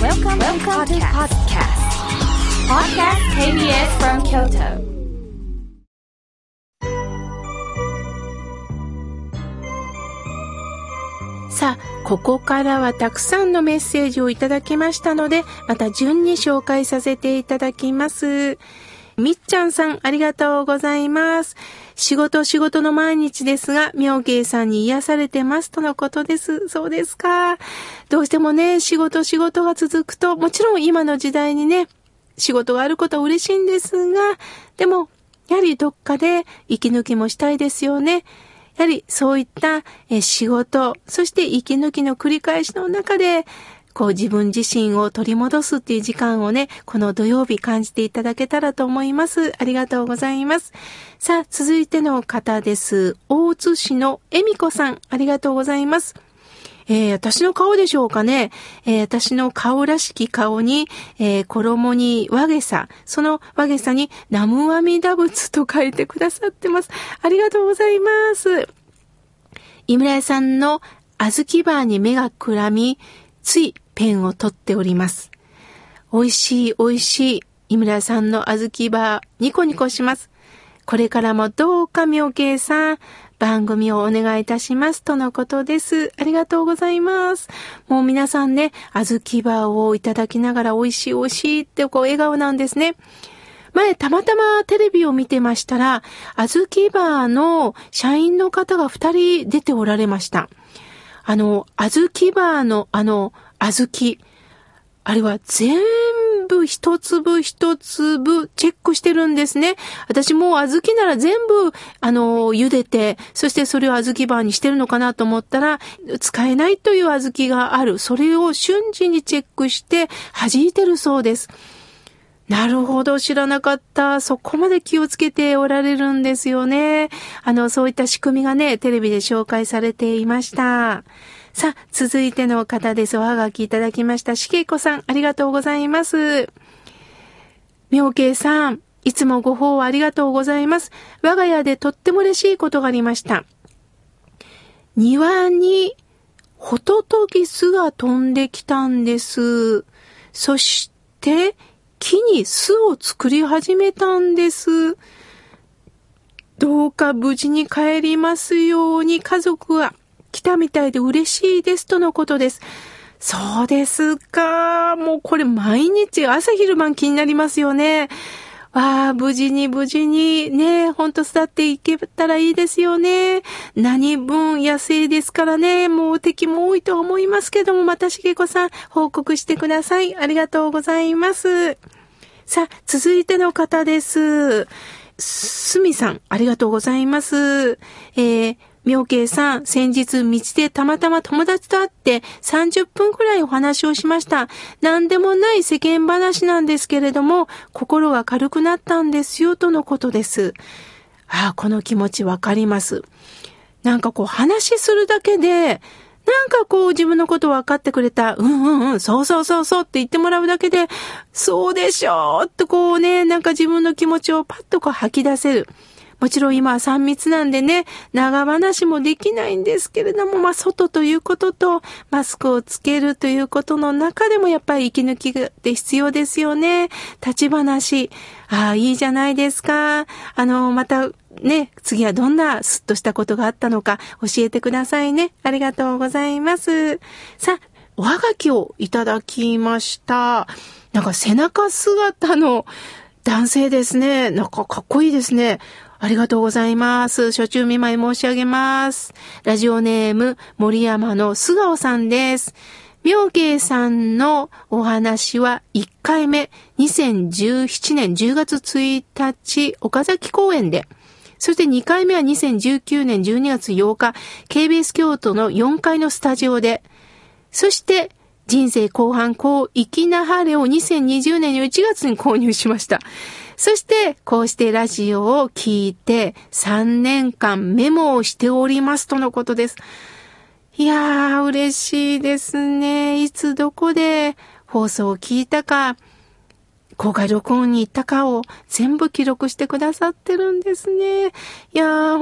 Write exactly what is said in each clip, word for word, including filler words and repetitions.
Welcome, Welcome to podcast. Podcast ケービーエス from Kyoto. さあ、ここからはたくさんのメッセージをいただきましたので、また順に紹介させていただきます。みっちゃんさん、ありがとうございます。仕事仕事の毎日ですが、妙慶さんに癒されてますとのことです。そうですか。どうしてもね、仕事仕事が続くと、もちろん今の時代にね、仕事があることは嬉しいんですが、でも、やはりどっかで息抜きもしたいですよね。やはりそういったえ仕事、そして息抜きの繰り返しの中で、こう自分自身を取り戻すっていう時間をね、この土曜日感じていただけたらと思います。ありがとうございます。さあ、続いての方です。大津市の恵美子さん、ありがとうございます。えー、私の顔でしょうかね。えー、私の顔らしき顔に、えー、衣に和げさ、その和げさに南無阿弥陀仏と書いてくださってます。ありがとうございます。井村屋さんの小豆バーに目がくらみ、ついペンを取っております。美味しい美味しい井村屋さんの小豆バー、ニコニコします。これからもどうか妙慶さん、番組をお願いいたしますとのことです。ありがとうございます。もう皆さんね、小豆バーをいただきながら美味しい美味しいってこう笑顔なんですね。前たまたまテレビを見てましたら、小豆バーの社員の方が二人出ておられました。あの、小豆バーのあの、小豆、あれは全部一粒一粒チェックしてるんですね。私もう小豆なら全部あの茹でて、そしてそれを小豆バーにしてるのかなと思ったら、使えないという小豆がある。それを瞬時にチェックして弾いてるそうです。なるほど、知らなかった。そこまで気をつけておられるんですよね。あの、そういった仕組みがね、テレビで紹介されていました。さあ、続いての方です。おはがきいただきました。しけいこさん、ありがとうございます。妙慶さん、いつもご報ありがとうございます。我が家でとっても嬉しいことがありました。庭にホトトギスが飛んできたんです。そして、木に巣を作り始めたんです。どうか無事に帰りますように、家族は来たみたいで嬉しいですとのことです。そうですか。もうこれ毎日朝昼晩気になりますよね。わあ、無事に無事にね、ほんと育っていけたらいいですよね。何分野生ですからね、もう敵も多いと思いますけども、またしげこさん報告してください。ありがとうございます。さあ、続いての方です。すみさん、ありがとうございます。えー、妙慶さん、先日道でたまたま友達と会ってさんじゅっぷんくらいお話をしました。何でもない世間話なんですけれども、心が軽くなったんですよ、とのことです。ああ、この気持ちわかります。なんかこう話するだけで、なんかこう自分のこと分かってくれた、うんうんうん、そうそうそうそうって言ってもらうだけで、そうでしょうってこうね、なんか自分の気持ちをパッとこう吐き出せる。もちろん今はさん密なんでね、長話もできないんですけれども、まあ外ということと、マスクをつけるということの中でもやっぱり息抜きって必要ですよね。立ち話。ああ、いいじゃないですか。あの、また、ね、次はどんなスッとしたことがあったのか教えてくださいね。ありがとうございます。さあ、おはがきをいただきました。なんか背中姿の男性ですね。なんかかっこいいですね。ありがとうございます。初中見舞い申し上げます。ラジオネーム森山の素顔さんです。妙慶さんのお話はいっかいめ、にせんじゅうななねんじゅうがつついたち岡崎公演で、そしてにかいめはにせんじゅうきゅうねんじゅうにがつようか、ケービーエス 京都のよんかいのスタジオで、そして人生後半こう粋な晴れをにせんにじゅうねんのいちがつに購入しました。そしてこうしてラジオを聞いてさんねんかんメモをしておりますとのことです。いやー嬉しいですね。いつどこで放送を聞いたか、公開録音に行ったかを全部記録してくださってるんですね。いやー本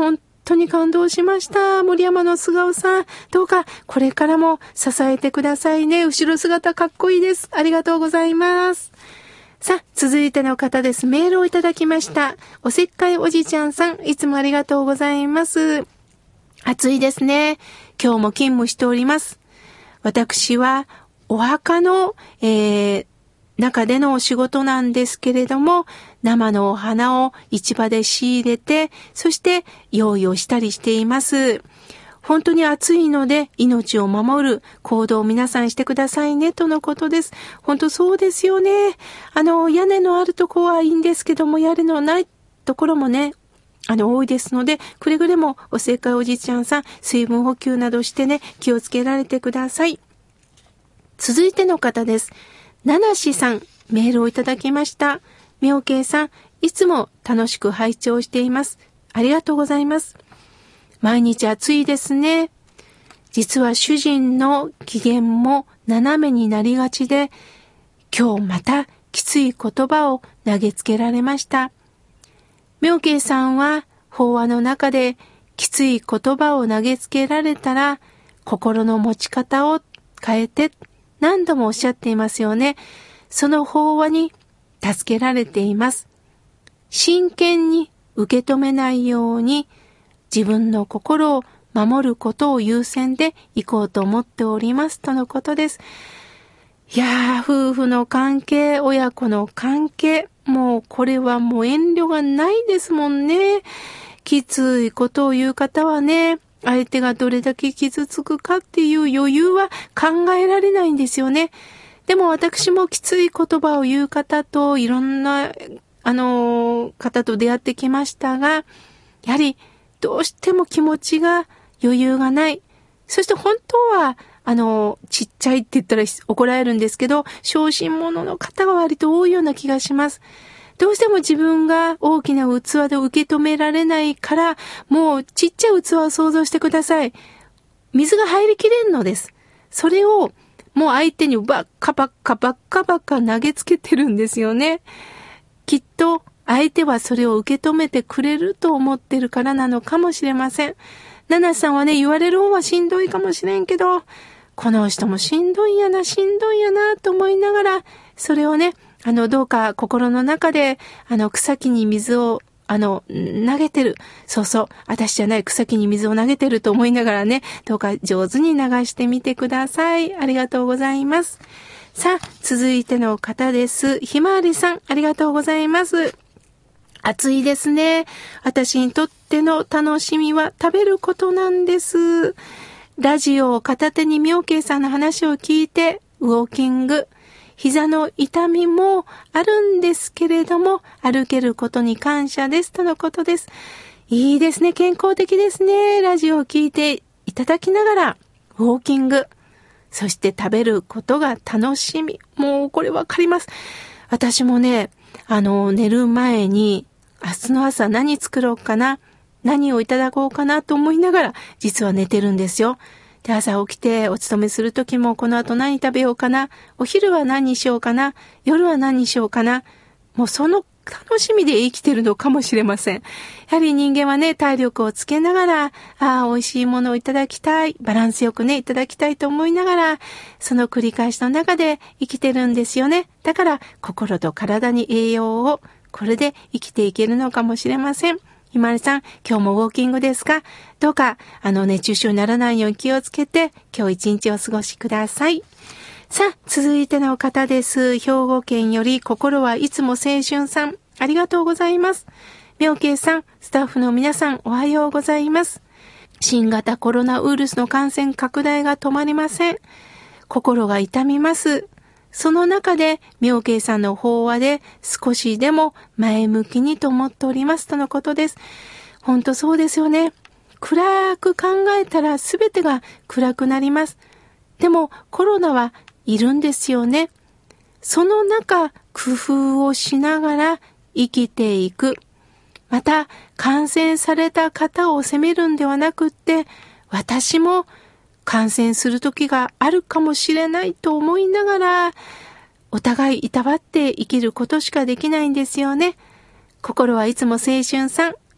当に感動しました。森山の菅生さん、どうかこれからも支えてくださいね。後ろ姿かっこいいです。ありがとうございます。さあ、続いての方です。メールをいただきました。おせっかいおじちゃんさん、いつもありがとうございます。暑いですね。今日も勤務しております。私はお墓の、えー、中でのお仕事なんですけれども、生のお花を市場で仕入れて、そして用意をしたりしています。本当に暑いので命を守る行動を皆さんしてくださいねとのことです。本当そうですよね。あの屋根のあるところはいいんですけども、屋根のないところもね、あの多いですので、くれぐれもおせっかいおじいちゃんさん、水分補給などしてね、気をつけられてください。続いての方です。ななしさん、メールをいただきました。みょうけいさん、いつも楽しく拝聴しています。ありがとうございます。毎日暑いですね。実は主人の機嫌も斜めになりがちで、今日またきつい言葉を投げつけられました。みょうけいさんは法話の中できつい言葉を投げつけられたら心の持ち方を変えて何度もおっしゃっていますよね。その法話に助けられています。真剣に受け止めないように自分の心を守ることを優先でいこうと思っておりますとのことです。いやー、夫婦の関係、親子の関係、もうこれはもう遠慮がないですもんね。きついことを言う方はね、相手がどれだけ傷つくかっていう余裕は考えられないんですよね。でも私もきつい言葉を言う方といろんな、あのー、方と出会ってきましたが、やはりどうしても気持ちが余裕がない。そして本当は、あの、ちっちゃいって言ったら怒られるんですけど、小心者の方が割と多いような気がします。どうしても自分が大きな器で受け止められないから、もうちっちゃい器を想像してください。水が入りきれんのです。それをもう相手にばっかばっかばっかばっか投げつけてるんですよね。きっと相手はそれを受け止めてくれると思ってるからなのかもしれません。ナナさんはね、言われる方はしんどいかもしれんけど、この人もしんどいやな、しんどいやなと思いながら、それをね、あの、どうか心の中で、あの、草木に水を、あの、投げてる。そうそう。私じゃない草木に水を投げてると思いながらね、どうか上手に流してみてください。ありがとうございます。さあ、続いての方です。ひまわりさん、ありがとうございます。暑いですね。私にとっての楽しみは食べることなんです。ラジオを片手にみょうけいさんの話を聞いて、ウォーキング。膝の痛みもあるんですけれども、歩けることに感謝ですとのことです。いいですね。健康的ですね。ラジオを聞いていただきながら、ウォーキング。そして食べることが楽しみ。もうこれわかります。私もね、あの、寝る前に、明日の朝何作ろうかな、何をいただこうかなと思いながら、実は寝てるんですよ。で、朝起きてお勤めするときもこの後何食べようかな、お昼は何にしようかな、夜は何にしようかな、もうその楽しみで生きてるのかもしれません。やはり人間はね、体力をつけながら、ああ、美味しいものをいただきたい、バランスよくね、いただきたいと思いながら、その繰り返しの中で生きてるんですよね。だから、心と体に栄養を、これで生きていけるのかもしれません。ひまわりさん、今日もウォーキングですか？どうか、あの、熱中症にならないように気をつけて、今日一日お過ごしください。さあ、続いての方です。兵庫県より心はいつも青春さん、ありがとうございます。みょうけいさん、スタッフの皆さん、おはようございます。新型コロナウイルスの感染拡大が止まりません。心が痛みます。その中で、みょうけいさんの法話で少しでも前向きにと思っておりますとのことです。本当そうですよね。暗く考えたらすべてが暗くなります。でもコロナはいるんですよね。その中、工夫をしながら生きていく。また、感染された方を責めるんではなくって、私も感染する時があるかもしれないと思いながら、お互いいたわって生きることしかできないんですよね。心はいつも青春さん、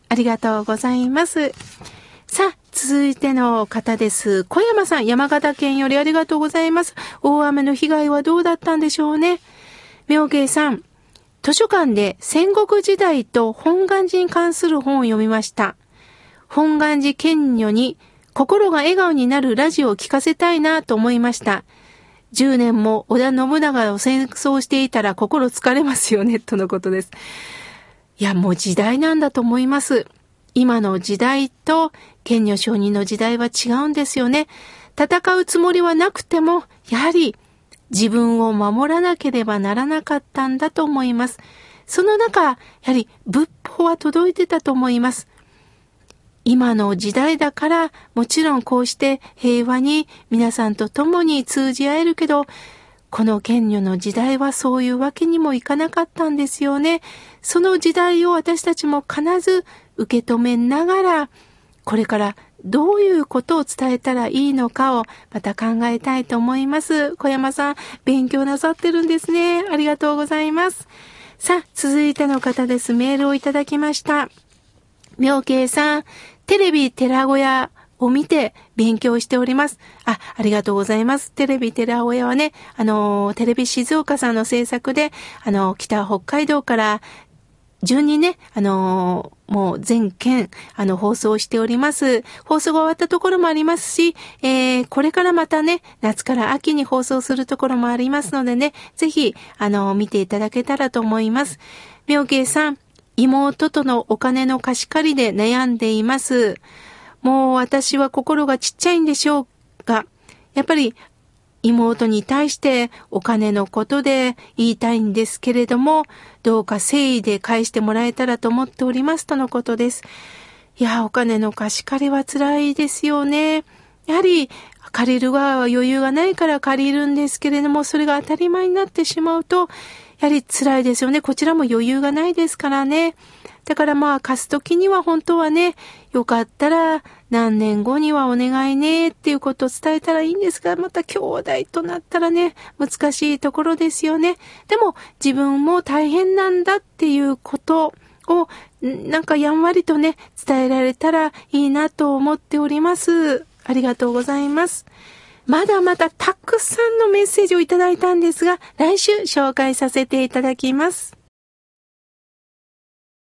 ありがとうございます。さあ、続いての方です。小山さん、山形県よりありがとうございます。大雨の被害はどうだったんでしょうね。妙慶さん、図書館で戦国時代と本願寺に関する本を読みました。本願寺賢女に心が笑顔になるラジオを聞かせたいなと思いました。じゅうねんも織田信長を戦争していたら心疲れますよね、とのことです。いや、もう時代なんだと思います。今の時代と賢女上人の時代は違うんですよね。戦うつもりはなくても、やはり自分を守らなければならなかったんだと思います。その中、やはり仏法は届いてたと思います。今の時代だから、もちろんこうして平和に皆さんと共に通じ合えるけど、この賢女の時代はそういうわけにもいかなかったんですよね。その時代を私たちも必ず受け止めながら、これからどういうことを伝えたらいいのかをまた考えたいと思います。小山さん、勉強なさってるんですね。ありがとうございます。さあ、続いての方です。メールをいただきました。妙慶さん、テレビ寺小屋を見て勉強しております。あ、ありがとうございます。テレビ寺小屋はね、あの、テレビ静岡さんの制作で、あの、北北海道から順にね、あのー、もう全県、あの、放送しております。放送が終わったところもありますし、えー、これからまたね、夏から秋に放送するところもありますのでね、ぜひ、あのー、見ていただけたらと思います。妙慶さん、妹とのお金の貸し借りで悩んでいます。もう私は心がちっちゃいんでしょうが、やっぱり、妹に対してお金のことで言いたいんですけれども、どうか誠意で返してもらえたらと思っておりますとのことです。いや、お金の貸し借りは辛いですよね。やはり借りる側は余裕がないから借りるんですけれども、それが当たり前になってしまうと、やはり辛いですよね。こちらも余裕がないですからね。だからまあ貸すときには本当はね、よかったら何年後にはお願いねっていうことを伝えたらいいんですが、また兄弟となったらね、難しいところですよね。でも自分も大変なんだっていうことをなんかやんわりとね、伝えられたらいいなと思っております。ありがとうございます。まだまだたくさんのメッセージをいただいたんですが、来週紹介させていただきます。